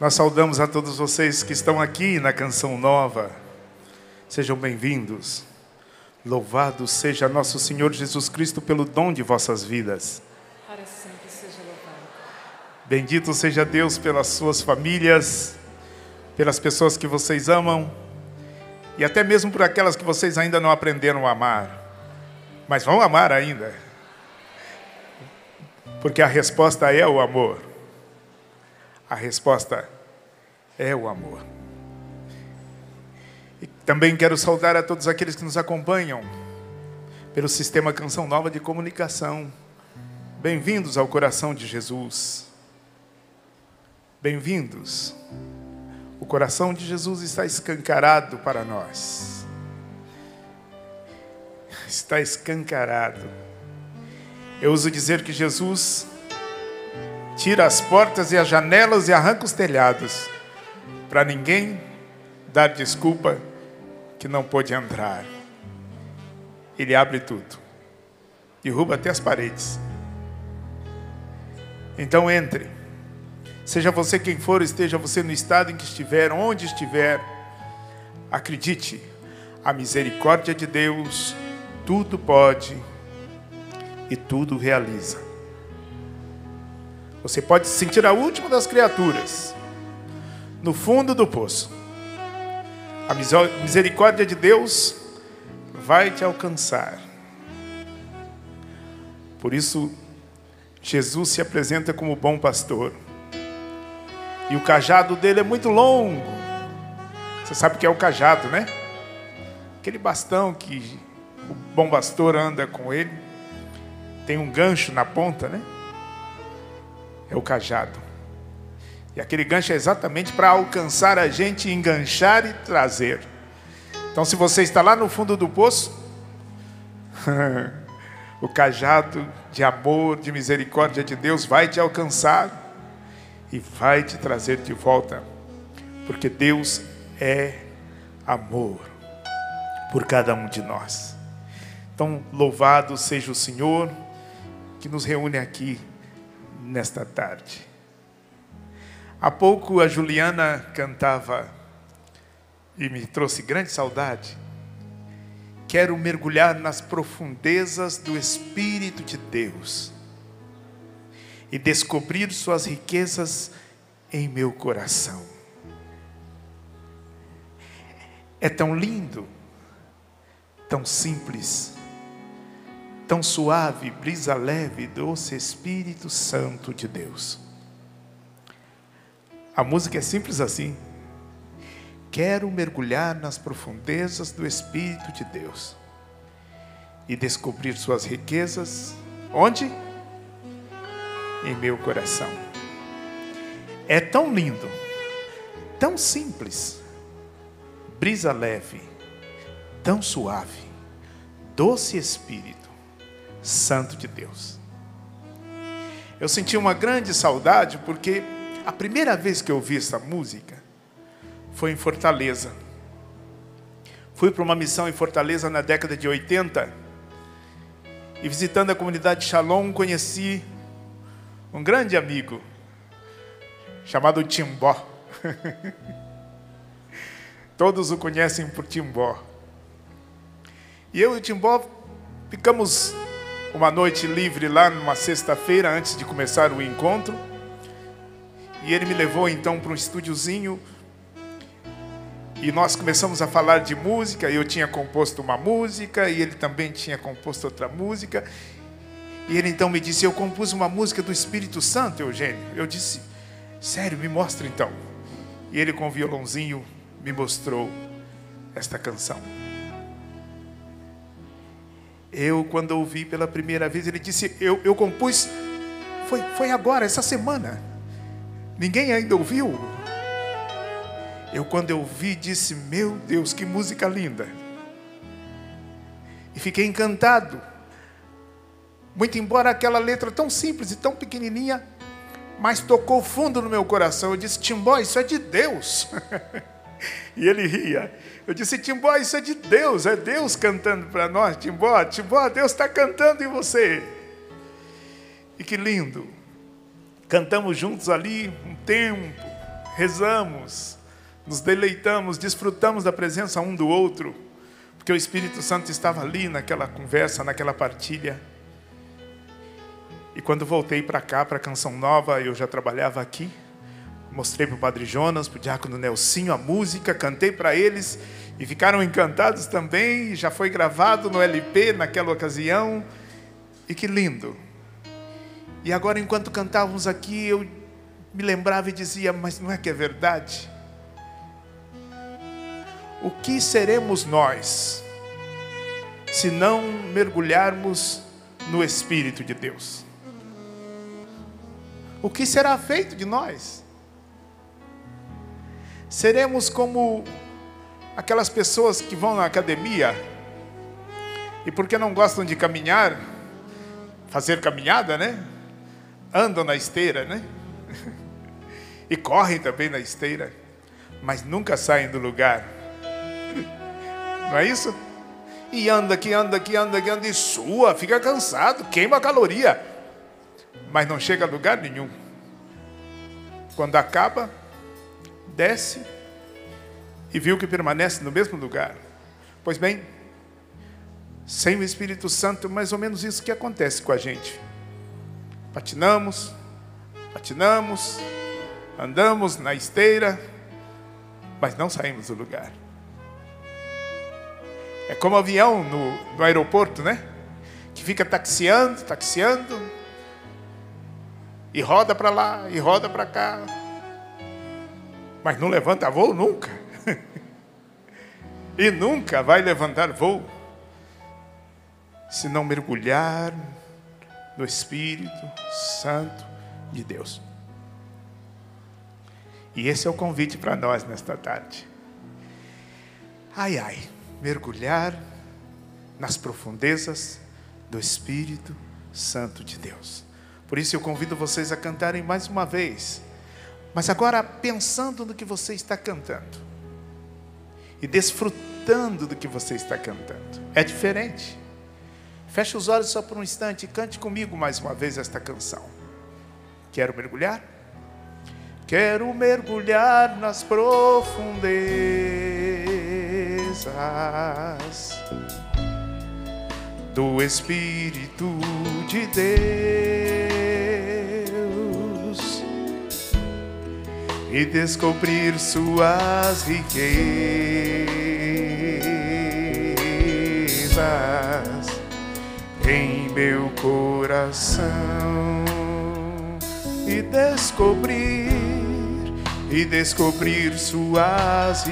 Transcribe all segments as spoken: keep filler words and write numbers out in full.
Nós saudamos a todos vocês que estão aqui na Canção Nova. Sejam bem-vindos. Louvado seja nosso Senhor Jesus Cristo pelo dom de vossas vidas. Para sempre seja louvado. Bendito seja Deus pelas suas famílias, pelas pessoas que vocês amam e até mesmo por aquelas que vocês ainda não aprenderam a amar. Mas vão amar ainda. Porque a resposta é o amor. A resposta é o amor. E também quero saudar a todos aqueles que nos acompanham pelo Sistema Canção Nova de Comunicação. Bem-vindos ao coração de Jesus. Bem-vindos. O coração de Jesus está escancarado para nós. Está escancarado. Eu uso dizer que Jesus tira as portas e as janelas e arranca os telhados, para ninguém dar desculpa que não pôde entrar. Ele abre tudo, derruba até as paredes. Então entre, seja você quem for, esteja você no estado em que estiver, onde estiver, acredite, a misericórdia de Deus tudo pode e tudo realiza. Você pode se sentir a última das criaturas, no fundo do poço. A misericórdia de Deus vai te alcançar. Por isso, Jesus se apresenta como bom pastor. E o cajado dele é muito longo. Você sabe o que é o cajado, né? Aquele bastão que o bom pastor anda com ele. Tem um gancho na ponta, né? É o cajado. E aquele gancho é exatamente para alcançar a gente, enganchar e trazer. Então, se você está lá no fundo do poço, o cajado de amor, de misericórdia de Deus vai te alcançar e vai te trazer de volta. Porque Deus é amor por cada um de nós. Então, louvado seja o Senhor que nos reúne aqui nesta tarde. Há pouco a Juliana cantava e me trouxe grande saudade. Quero mergulhar nas profundezas do Espírito de Deus e descobrir suas riquezas em meu coração. É tão lindo, tão simples, tão suave, brisa leve, doce Espírito Santo de Deus. A música é simples assim. Quero mergulhar nas profundezas do Espírito de Deus e descobrir suas riquezas, onde? Em meu coração. É tão lindo, tão simples, brisa leve, tão suave, doce Espírito Santo de Deus. Eu senti uma grande saudade porque a primeira vez que eu ouvi essa música foi em Fortaleza. Fui para uma missão em Fortaleza na década de oitenta e visitando a comunidade Shalom conheci um grande amigo chamado Timbó. Todos o conhecem por Timbó. E eu e o Timbó ficamos uma noite livre lá numa sexta-feira antes de começar o encontro. E ele me levou então para um estúdiozinho e nós começamos a falar de música. Eu tinha composto uma música e ele também tinha composto outra música. E ele então me disse: eu compus uma música do Espírito Santo, Eugênio. Eu disse: sério, me mostra então. E ele com o violãozinho me mostrou esta canção. Eu, quando ouvi pela primeira vez, ele disse: eu, eu compus, foi, foi agora, essa semana. Ninguém ainda ouviu? Eu, quando eu vi, disse: meu Deus, que música linda. E fiquei encantado. Muito embora aquela letra tão simples e tão pequenininha, mas tocou fundo no meu coração. Eu disse: Timbó, isso é de Deus. E ele ria. Eu disse: Timbó, isso é de Deus. É Deus cantando para nós. Timbó, Timbó, Deus está cantando em você. E que lindo. Cantamos juntos ali um tempo, rezamos, nos deleitamos, desfrutamos da presença um do outro, porque o Espírito Santo estava ali naquela conversa, naquela partilha. E quando voltei para cá, para a Canção Nova, eu já trabalhava aqui, mostrei para o Padre Jonas, para o Diácono Nelsinho a música, cantei para eles e ficaram encantados também, e já foi gravado no L P naquela ocasião, e que lindo. E agora, enquanto cantávamos aqui, eu me lembrava e dizia, mas não é que é verdade? O que seremos nós, se não mergulharmos no Espírito de Deus? O que será feito de nós? Seremos como aquelas pessoas que vão na academia e porque não gostam de caminhar, fazer caminhada, né? Andam na esteira, né? E correm também na esteira, mas nunca saem do lugar. Não é isso? E anda aqui, anda aqui, anda aqui, anda e sua, fica cansado, queima a caloria, mas não chega a lugar nenhum. Quando acaba, desce e viu que permanece no mesmo lugar. Pois bem, sem o Espírito Santo, é mais ou menos isso que acontece com a gente. Patinamos, patinamos, andamos na esteira, mas não saímos do lugar. É como avião no, no aeroporto, né? Que fica taxiando, taxiando, e roda para lá, e roda para cá, mas não levanta voo nunca. E nunca vai levantar voo se não mergulhar no Espírito Santo de Deus. E esse é o convite para nós nesta tarde. Ai, ai, mergulhar nas profundezas do Espírito Santo de Deus. Por isso eu convido vocês a cantarem mais uma vez, mas agora pensando no que você está cantando e desfrutando do que você está cantando. É diferente. Feche os olhos só por um instante e cante comigo mais uma vez esta canção. Quero mergulhar? Quero mergulhar nas profundezas do Espírito de Deus e descobrir suas riquezas em meu coração e descobrir e descobrir suas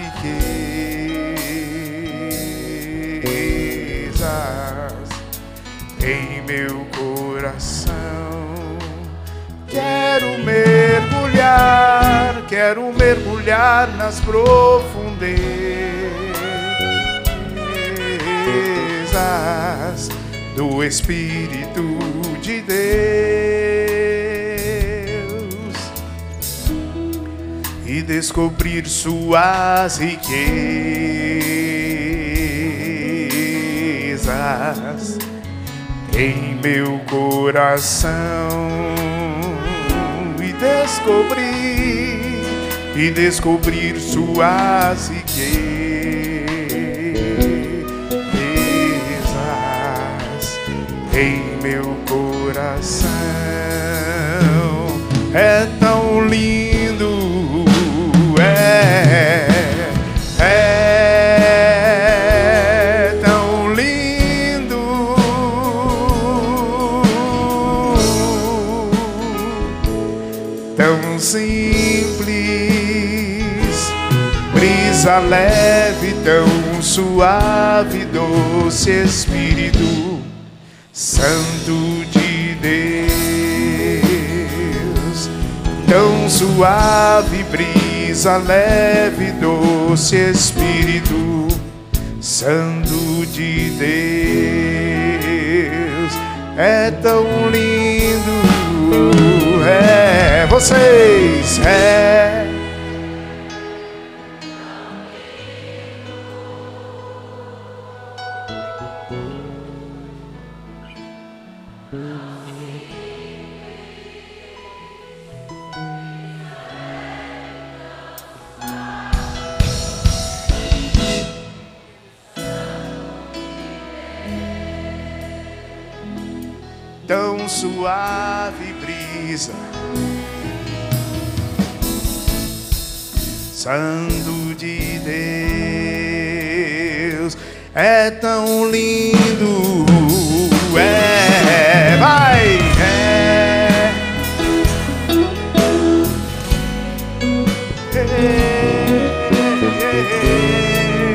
riquezas em meu coração. Quero mergulhar, quero mergulhar nas profundezas do Espírito de Deus e descobrir suas riquezas em meu coração e descobrir e descobrir suas riquezas em meu coração. É tão lindo, é, é tão lindo, tão simples, brisa leve, tão suave, doce Espírito Santo de Deus, tão suave, brisa leve, doce Espírito Santo de Deus, é tão lindo, é, vocês, é. tão suave brisa, Santo de Deus, é tão lindo, é, vai, é, é, é,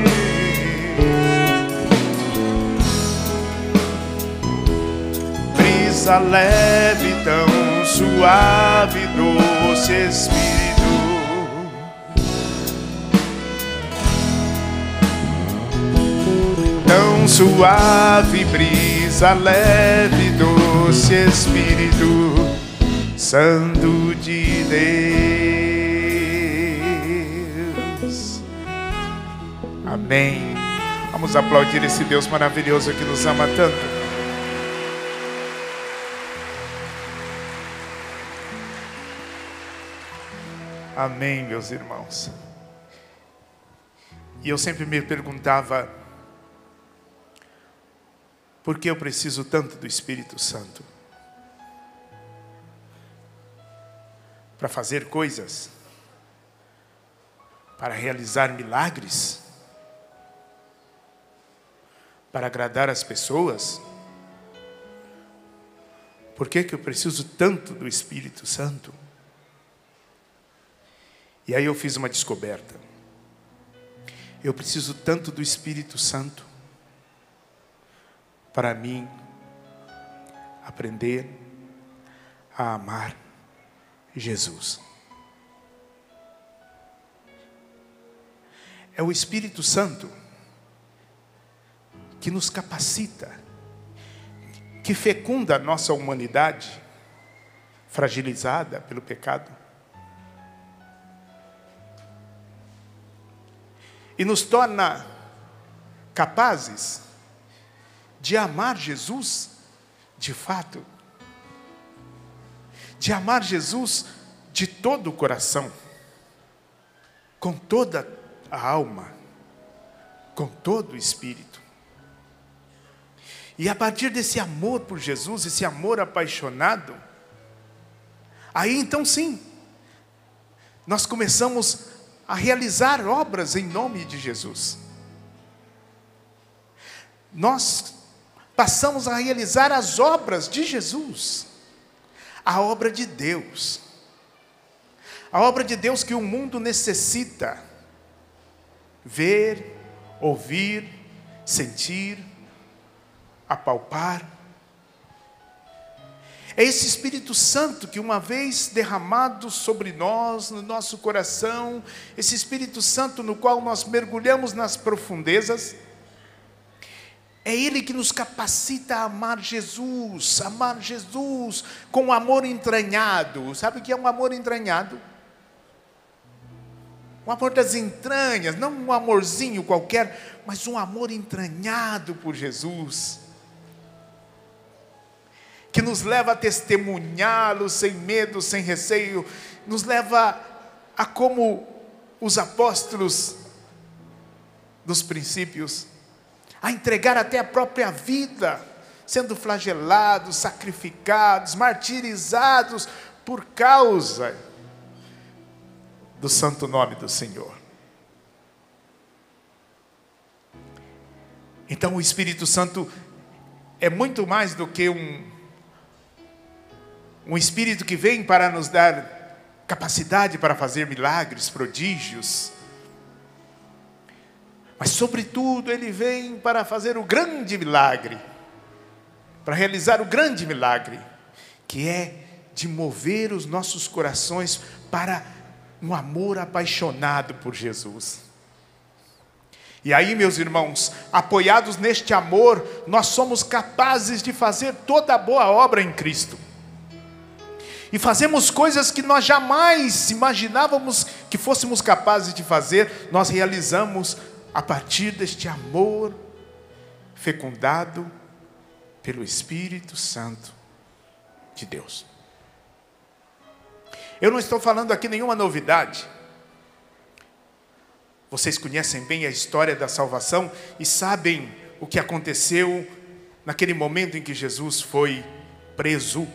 brisa leve, tão suave, doce Espírito, tão suave brisa leve, doce Espírito Santo de Deus. Amém. Vamos aplaudir esse Deus maravilhoso que nos ama tanto. Amém, meus irmãos. E eu sempre me perguntava, por que eu preciso tanto do Espírito Santo? Para fazer coisas? Para realizar milagres? Para agradar as pessoas? Por que que eu preciso tanto do Espírito Santo? E aí eu fiz uma descoberta. Eu preciso tanto do Espírito Santo para mim aprender a amar Jesus. É o Espírito Santo que nos capacita, que fecunda a nossa humanidade fragilizada pelo pecado e nos torna capazes de amar Jesus de fato, de amar Jesus de todo o coração, com toda a alma, com todo o espírito. E a partir desse amor por Jesus, esse amor apaixonado, aí então sim, nós começamos a realizar obras em nome de Jesus. Nós passamos a realizar as obras de Jesus, a obra de Deus, a obra de Deus que o mundo necessita ver, ouvir, sentir, apalpar. É esse Espírito Santo que uma vez derramado sobre nós, no nosso coração, esse Espírito Santo no qual nós mergulhamos nas profundezas, é Ele que nos capacita a amar Jesus, amar Jesus com amor entranhado. Sabe o que é um amor entranhado? Um amor das entranhas, não um amorzinho qualquer, mas um amor entranhado por Jesus, que nos leva a testemunhá-lo sem medo, sem receio, nos leva a, como os apóstolos dos princípios, a entregar até a própria vida, sendo flagelados, sacrificados, martirizados por causa do santo nome do Senhor. Então o Espírito Santo é muito mais do que um Um Espírito que vem para nos dar capacidade para fazer milagres, prodígios. Mas, sobretudo, Ele vem para fazer o grande milagre, para realizar o grande milagre, que é de mover os nossos corações para um amor apaixonado por Jesus. E aí, meus irmãos, apoiados neste amor, nós somos capazes de fazer toda a boa obra em Cristo. E fazemos coisas que nós jamais imaginávamos que fôssemos capazes de fazer, nós realizamos a partir deste amor fecundado pelo Espírito Santo de Deus. Eu não estou falando aqui nenhuma novidade. Vocês conhecem bem a história da salvação e sabem o que aconteceu naquele momento em que Jesus foi preso.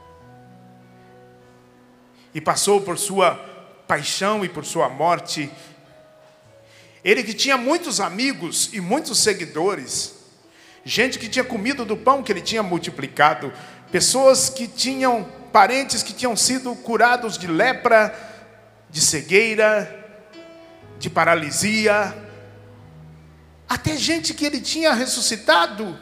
E passou por sua paixão e por sua morte. Ele que tinha muitos amigos e muitos seguidores, gente que tinha comido do pão que ele tinha multiplicado, pessoas que tinham parentes que tinham sido curados de lepra, de cegueira, de paralisia, até gente que ele tinha ressuscitado,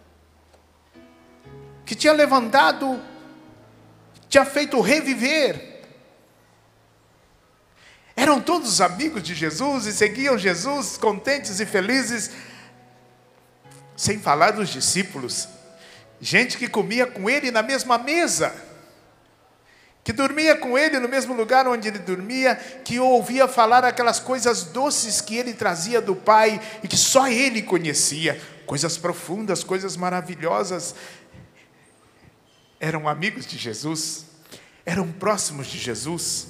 que tinha levantado, tinha feito reviver. Eram todos amigos de Jesus e seguiam Jesus contentes e felizes, sem falar dos discípulos, gente que comia com ele na mesma mesa, que dormia com ele no mesmo lugar onde ele dormia, que ouvia falar aquelas coisas doces que ele trazia do Pai e que só ele conhecia, coisas profundas, coisas maravilhosas. Eram amigos de Jesus, eram próximos de Jesus.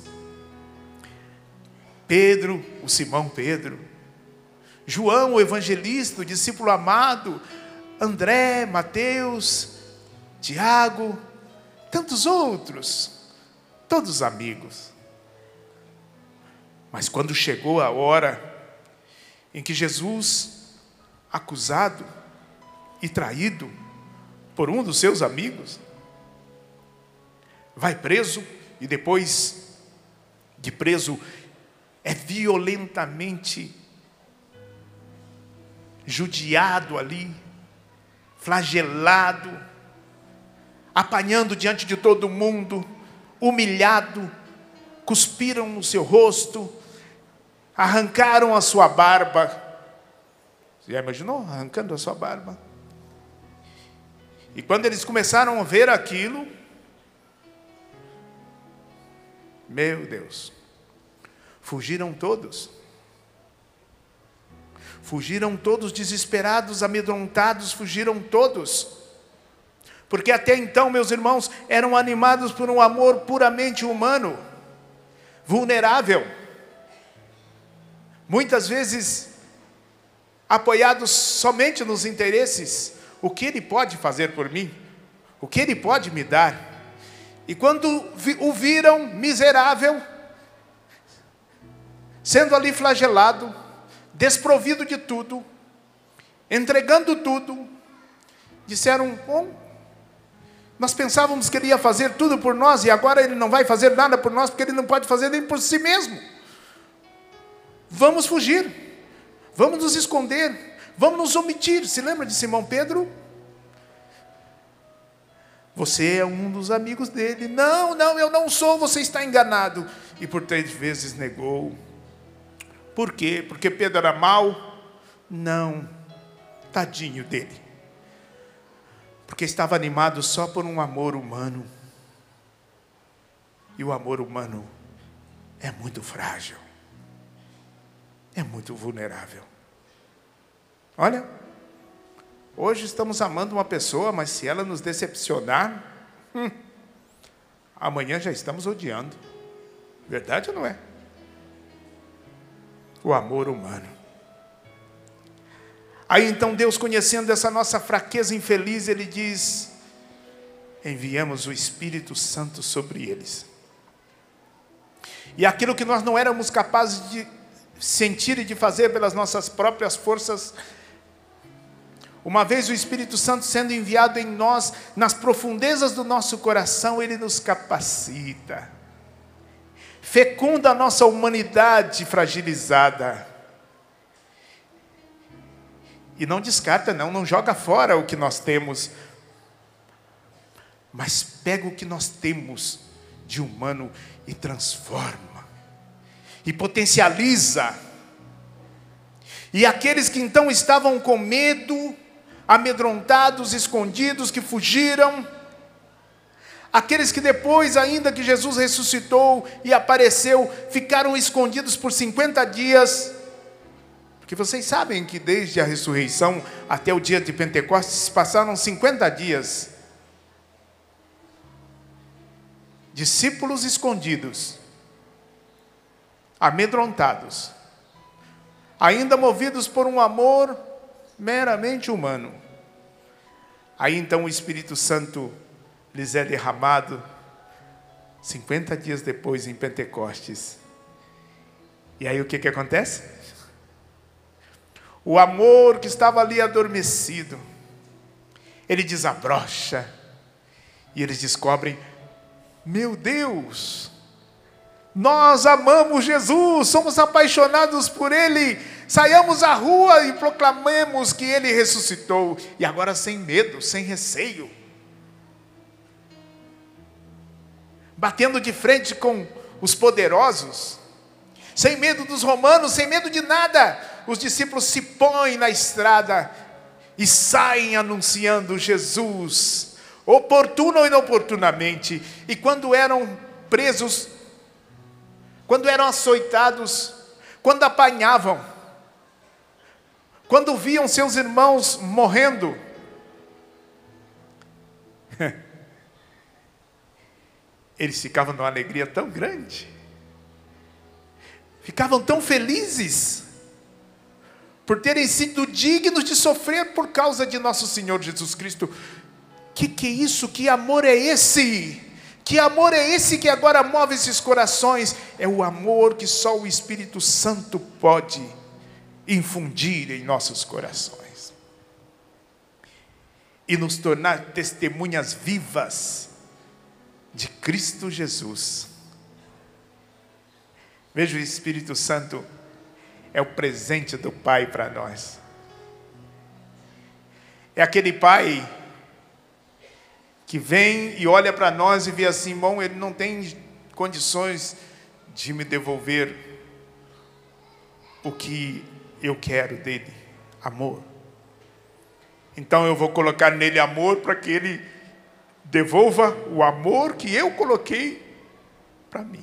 Pedro, o Simão Pedro, João, o evangelista, o discípulo amado, André, Mateus, Tiago, tantos outros, todos amigos. Mas quando chegou a hora em que Jesus, acusado e traído por um dos seus amigos, vai preso e depois de preso é violentamente judiado ali, flagelado, apanhando diante de todo mundo, humilhado, cuspiram no seu rosto, arrancaram a sua barba. Você já imaginou? Arrancando a sua barba. E quando eles começaram a ver aquilo, meu Deus, fugiram todos. Fugiram todos desesperados, amedrontados, fugiram todos. Porque até então, meus irmãos, eram animados por um amor puramente humano, vulnerável. Muitas vezes apoiados somente nos interesses. O que ele pode fazer por mim? O que ele pode me dar? E quando o viram miserável, sendo ali flagelado, desprovido de tudo, entregando tudo, disseram: bom, nós pensávamos que ele ia fazer tudo por nós e agora ele não vai fazer nada por nós porque ele não pode fazer nem por si mesmo. Vamos fugir, vamos nos esconder, vamos nos omitir. Se lembra de Simão Pedro? Você é um dos amigos dele. Não, não, eu não sou, você está enganado. E por três vezes negou. Por quê? Porque Pedro era mau? Não, tadinho dele. Porque estava animado só por um amor humano. E o amor humano é muito frágil. É muito vulnerável. Olha, hoje estamos amando uma pessoa, mas se ela nos decepcionar, hum, amanhã já estamos odiando. Verdade ou não é? O amor humano. Aí então Deus, conhecendo essa nossa fraqueza infeliz, Ele diz: enviamos o Espírito Santo sobre eles. E aquilo que nós não éramos capazes de sentir e de fazer pelas nossas próprias forças, uma vez o Espírito Santo sendo enviado em nós, nas profundezas do nosso coração, Ele nos capacita, fecunda a nossa humanidade fragilizada. E não descarta, não, não joga fora o que nós temos, mas pega o que nós temos de humano e transforma, e potencializa. E aqueles que então estavam com medo, amedrontados, escondidos, que fugiram, aqueles que depois, ainda que Jesus ressuscitou e apareceu, ficaram escondidos por cinquenta dias, porque vocês sabem que desde a ressurreição até o dia de Pentecostes passaram cinquenta dias. Discípulos escondidos, amedrontados, ainda movidos por um amor meramente humano. Aí então o Espírito Santo lhes é derramado cinquenta dias depois em Pentecostes. E aí o que que acontece? O amor que estava ali adormecido, ele desabrocha. E eles descobrem: meu Deus, nós amamos Jesus, somos apaixonados por Ele. Saiamos à rua e proclamemos que Ele ressuscitou. E agora sem medo, sem receio, batendo de frente com os poderosos, sem medo dos romanos, sem medo de nada. Os discípulos se põem na estrada e saem anunciando Jesus, oportuno ou inoportunamente. E quando eram presos, quando eram açoitados, quando apanhavam, quando viam seus irmãos morrendo, eles ficavam numa alegria tão grande, ficavam tão felizes por terem sido dignos de sofrer por causa de nosso Senhor Jesus Cristo. Que que é isso? Que amor é esse? Que amor é esse que agora move esses corações? É o amor que só o Espírito Santo pode infundir em nossos corações e nos tornar testemunhas vivas de Cristo Jesus. Veja, o Espírito Santo é o presente do Pai para nós. É aquele Pai que vem e olha para nós e vê assim: bom, ele não tem condições de me devolver o que eu quero dele, amor. Então eu vou colocar nele amor para que ele devolva o amor que eu coloquei para mim.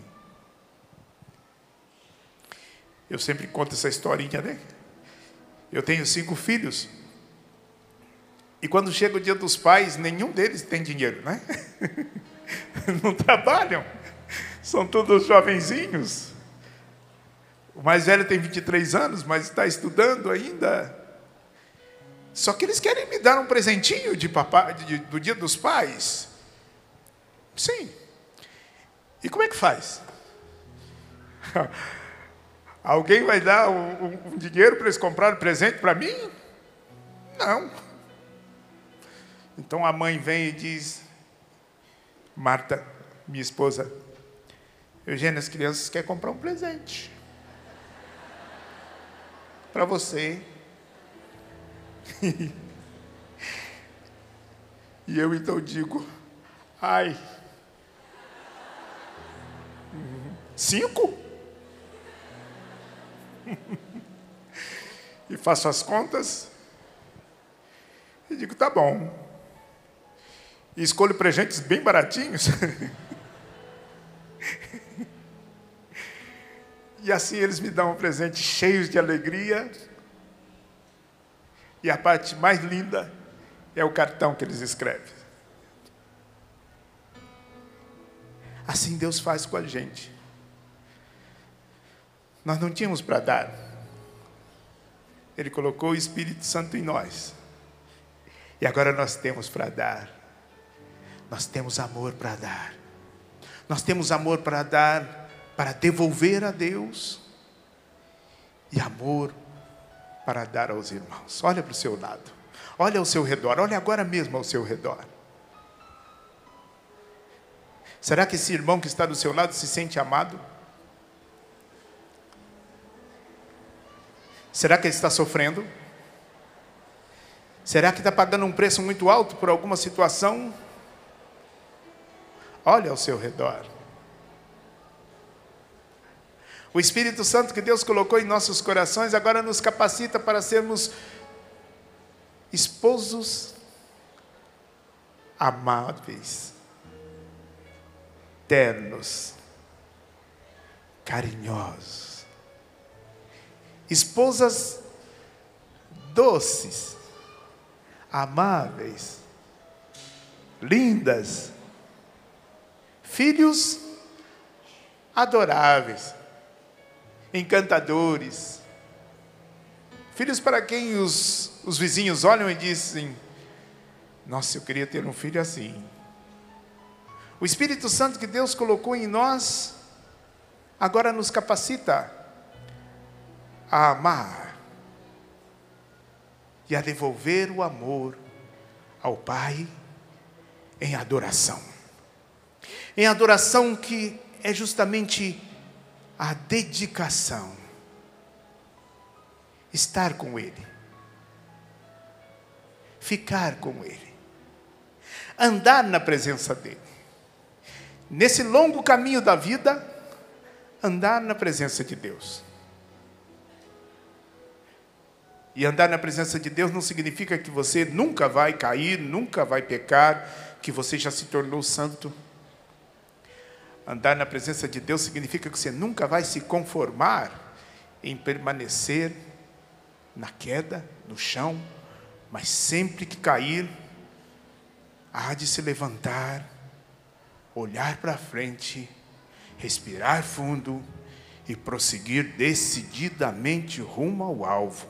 Eu sempre conto essa historinha, né? Eu tenho cinco filhos. E quando chega o dia dos pais, nenhum deles tem dinheiro, né? Não trabalham. São todos jovenzinhos. O mais velho tem vinte e três anos, mas está estudando ainda. Só que eles querem me dar um presentinho de papai, de, do dia dos pais. Sim. E como é que faz? Alguém vai dar um, um, um dinheiro para eles comprarem presente para mim? Não. Então a mãe vem e diz: Marta, minha esposa, Eugênia, as crianças querem comprar um presente para você. E eu então digo: ai, cinco? E faço as contas e digo: tá bom. E escolho presentes bem baratinhos. E assim eles me dão um presente cheio de alegria. E a parte mais linda é o cartão que eles escrevem. Assim Deus faz com a gente. Nós não tínhamos para dar. Ele colocou o Espírito Santo em nós. E agora nós temos para dar. Nós temos amor para dar. Nós temos amor para dar, para devolver a Deus. E amor para dar aos irmãos. Olha para o seu lado. Olha ao seu redor. Olha agora mesmo ao seu redor. Será que esse irmão que está do seu lado se sente amado? Será que ele está sofrendo? Será que está pagando um preço muito alto por alguma situação? Olha ao seu redor. O Espírito Santo que Deus colocou em nossos corações agora nos capacita para sermos esposos amáveis, ternos, carinhosos, esposas doces, amáveis, lindas, filhos adoráveis, encantadores, filhos para quem os, os vizinhos olham e dizem: nossa, eu queria ter um filho assim. O Espírito Santo que Deus colocou em nós, agora nos capacita a amar e a devolver o amor ao Pai em adoração. Em adoração que é justamente a dedicação. Estar com Ele. Ficar com Ele. Andar na presença dEle. Nesse longo caminho da vida, andar na presença de Deus. E andar na presença de Deus não significa que você nunca vai cair, nunca vai pecar, que você já se tornou santo. Andar na presença de Deus significa que você nunca vai se conformar em permanecer na queda, no chão, mas sempre que cair, há de se levantar, olhar para frente, respirar fundo e prosseguir decididamente rumo ao alvo,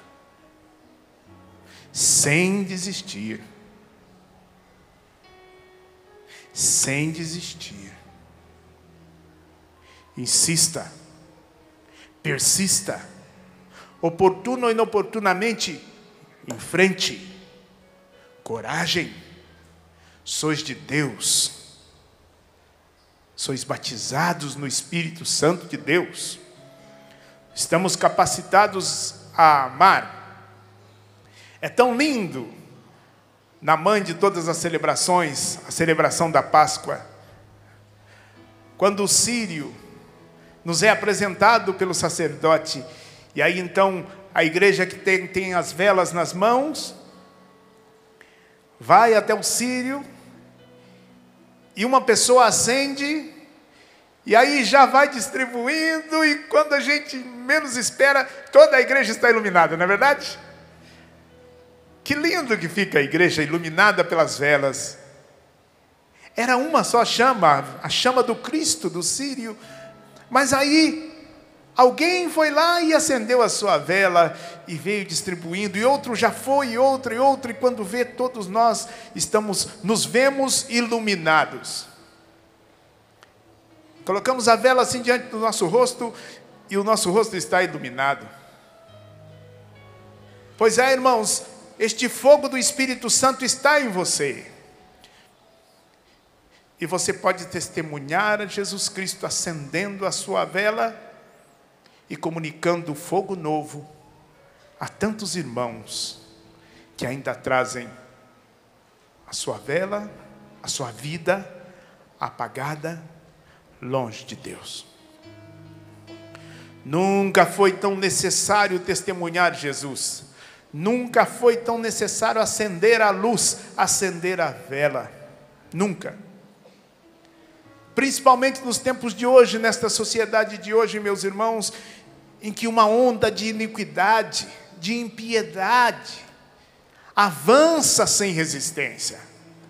sem desistir, sem desistir. Insista, persista, oportuno ou inoportunamente, em frente, coragem, sois de Deus, sois batizados no Espírito Santo de Deus, estamos capacitados a amar. É tão lindo, na mãe de todas as celebrações, a celebração da Páscoa, quando o círio nos é apresentado pelo sacerdote, e aí então a igreja que tem, tem as velas nas mãos, vai até o círio, e uma pessoa acende, e aí já vai distribuindo, e quando a gente menos espera, toda a igreja está iluminada, não é verdade? Que lindo que fica a igreja iluminada pelas velas. Era uma só chama, a chama do Cristo, do círio. Mas aí, alguém foi lá e acendeu a sua vela e veio distribuindo, e outro já foi, e outro, e outro, e quando vê, todos nós estamos, nos vemos iluminados. Colocamos a vela assim diante do nosso rosto, e o nosso rosto está iluminado. Pois é, irmãos, este fogo do Espírito Santo está em você. E você pode testemunhar a Jesus Cristo acendendo a sua vela e comunicando fogo novo a tantos irmãos que ainda trazem a sua vela, a sua vida apagada longe de Deus. Nunca foi tão necessário testemunhar Jesus. Nunca foi tão necessário acender a luz, acender a vela. Nunca. Principalmente nos tempos de hoje, nesta sociedade de hoje, meus irmãos, em que uma onda de iniquidade, de impiedade, avança sem resistência.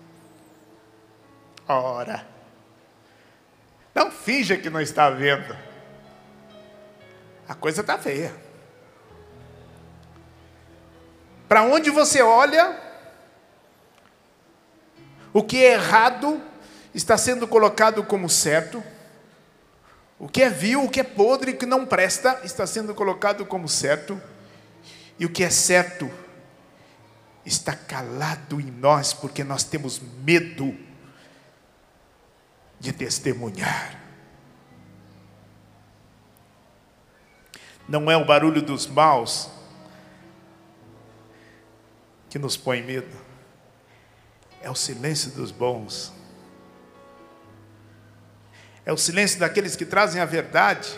Ora, não finja que não está vendo. A coisa está feia. Para onde você olha, o que é errado está sendo colocado como certo. O que é vil, o que é podre, o que não presta, está sendo colocado como certo. E o que é certo está calado em nós, porque nós temos medo de testemunhar. Não é o barulho dos maus que nos põe medo, é o silêncio dos bons. É o silêncio daqueles que trazem a verdade.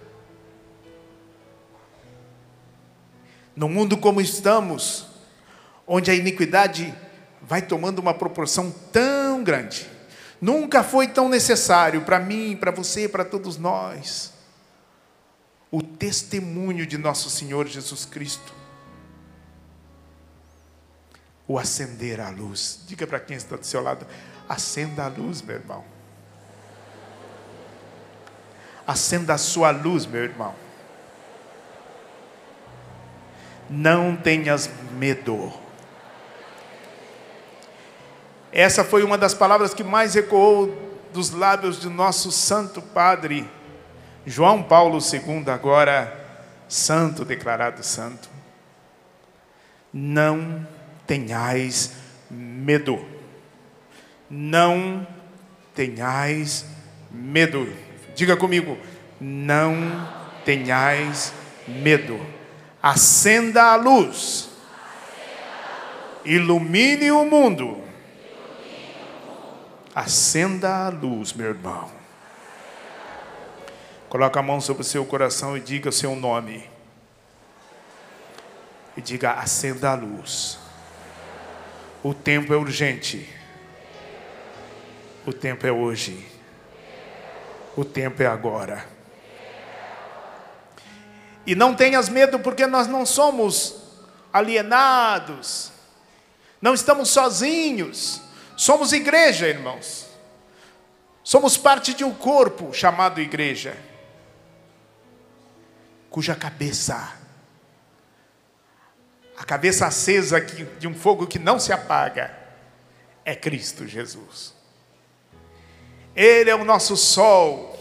No mundo como estamos, onde a iniquidade vai tomando uma proporção tão grande, nunca foi tão necessário para mim, para você, para todos nós, o testemunho de nosso Senhor Jesus Cristo, o acender a luz. Diga para quem está do seu lado: acenda a luz, meu irmão. Acenda a sua luz, meu irmão. Não tenhas medo. Essa foi uma das palavras que mais ecoou dos lábios do nosso Santo Padre João Paulo segundo, agora santo, declarado santo: não tenhais medo. Não tenhais medo. Diga comigo: não tenhais medo. Acenda a luz. Ilumine o mundo. Acenda a luz, meu irmão. Coloque a mão sobre o seu coração e diga o seu nome. E diga: acenda a luz. O tempo é urgente. O tempo é hoje. O tempo é agora. E não tenhas medo, porque nós não somos alienados. Não estamos sozinhos. Somos igreja, irmãos. Somos parte de um corpo chamado igreja, cuja cabeça, a cabeça acesa de um fogo que não se apaga, é Cristo Jesus. Ele é o nosso sol,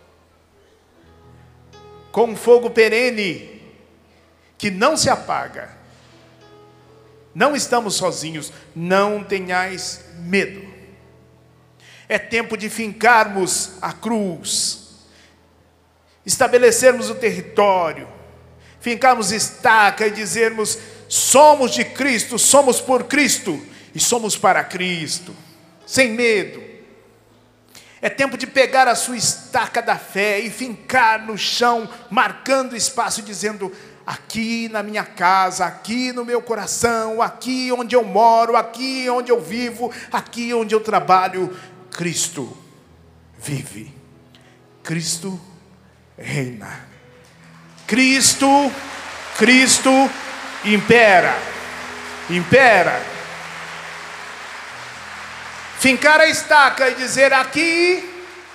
com um fogo perene, que não se apaga. Não estamos sozinhos, não tenhais medo. É tempo de fincarmos a cruz, estabelecermos o território, fincarmos estaca e dizermos: somos de Cristo, somos por Cristo e somos para Cristo, sem medo. É tempo de pegar a sua estaca da fé e fincar no chão, marcando espaço, dizendo: aqui na minha casa, aqui no meu coração, aqui onde eu moro, aqui onde eu vivo, aqui onde eu trabalho, Cristo vive, Cristo reina, Cristo, Cristo impera, impera. Fincar a estaca e dizer: aqui,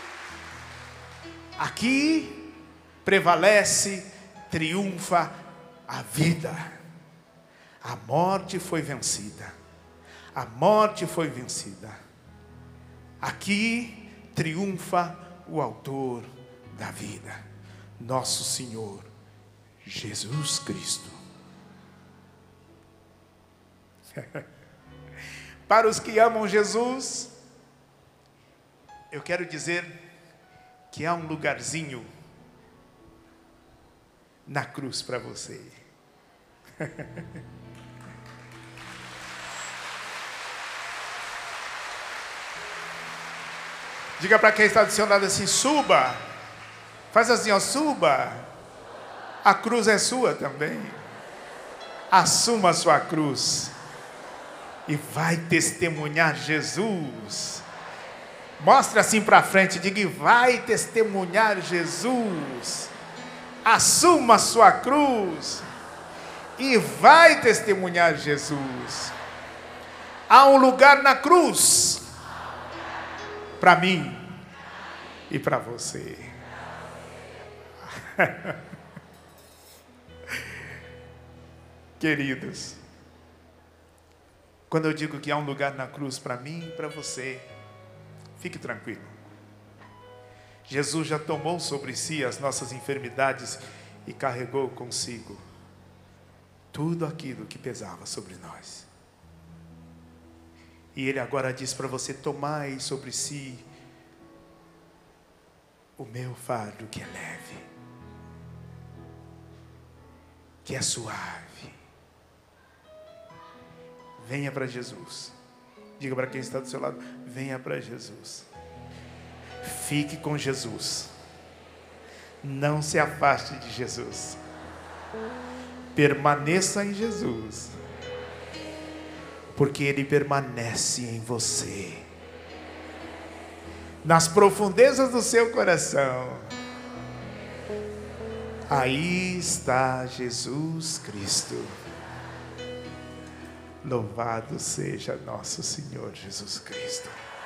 aqui prevalece, triunfa a vida. A morte foi vencida. A morte foi vencida. Aqui triunfa o autor da vida, nosso Senhor Jesus Cristo. Para os que amam Jesus, eu quero dizer que há um lugarzinho na cruz para você. Diga para quem está do seu lado assim: suba. Faz assim, ó, suba. A cruz é sua também. Assuma a sua cruz e vai testemunhar Jesus. Mostre assim para frente, diga: vai testemunhar Jesus. Assuma a sua cruz e vai testemunhar Jesus. Há um lugar na cruz para mim e para você. Queridos, quando eu digo que há um lugar na cruz para mim e para você, fique tranquilo. Jesus já tomou sobre si as nossas enfermidades e carregou consigo tudo aquilo que pesava sobre nós. E Ele agora diz para você: tomai sobre si o meu fardo, que é leve, que é suave. Venha para Jesus. Diga para quem está do seu lado: venha para Jesus. Fique com Jesus. Não se afaste de Jesus. Permaneça em Jesus, porque Ele permanece em você. Nas profundezas do seu coração, aí está Jesus Cristo. Louvado seja nosso Senhor Jesus Cristo.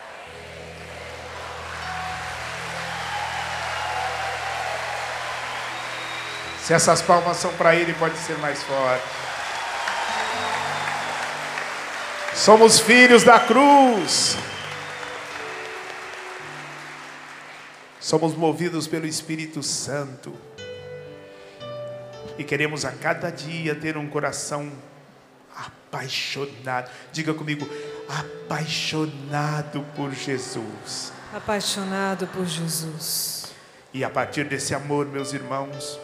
Se essas palmas são para Ele, pode ser mais forte. Somos filhos da cruz. Somos movidos pelo Espírito Santo. E queremos a cada dia ter um coração apaixonado. Diga comigo, apaixonado por Jesus. Apaixonado por Jesus. E a partir desse amor, meus irmãos,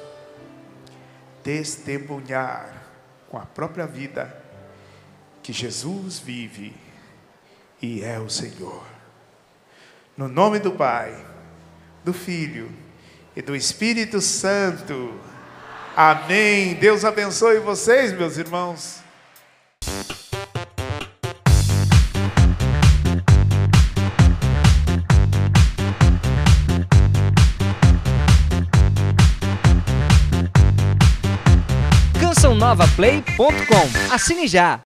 testemunhar com a própria vida que Jesus vive e é o Senhor. No nome do Pai, do Filho e do Espírito Santo. Amém. Deus abençoe vocês, meus irmãos. canção nova play ponto com. Assine já!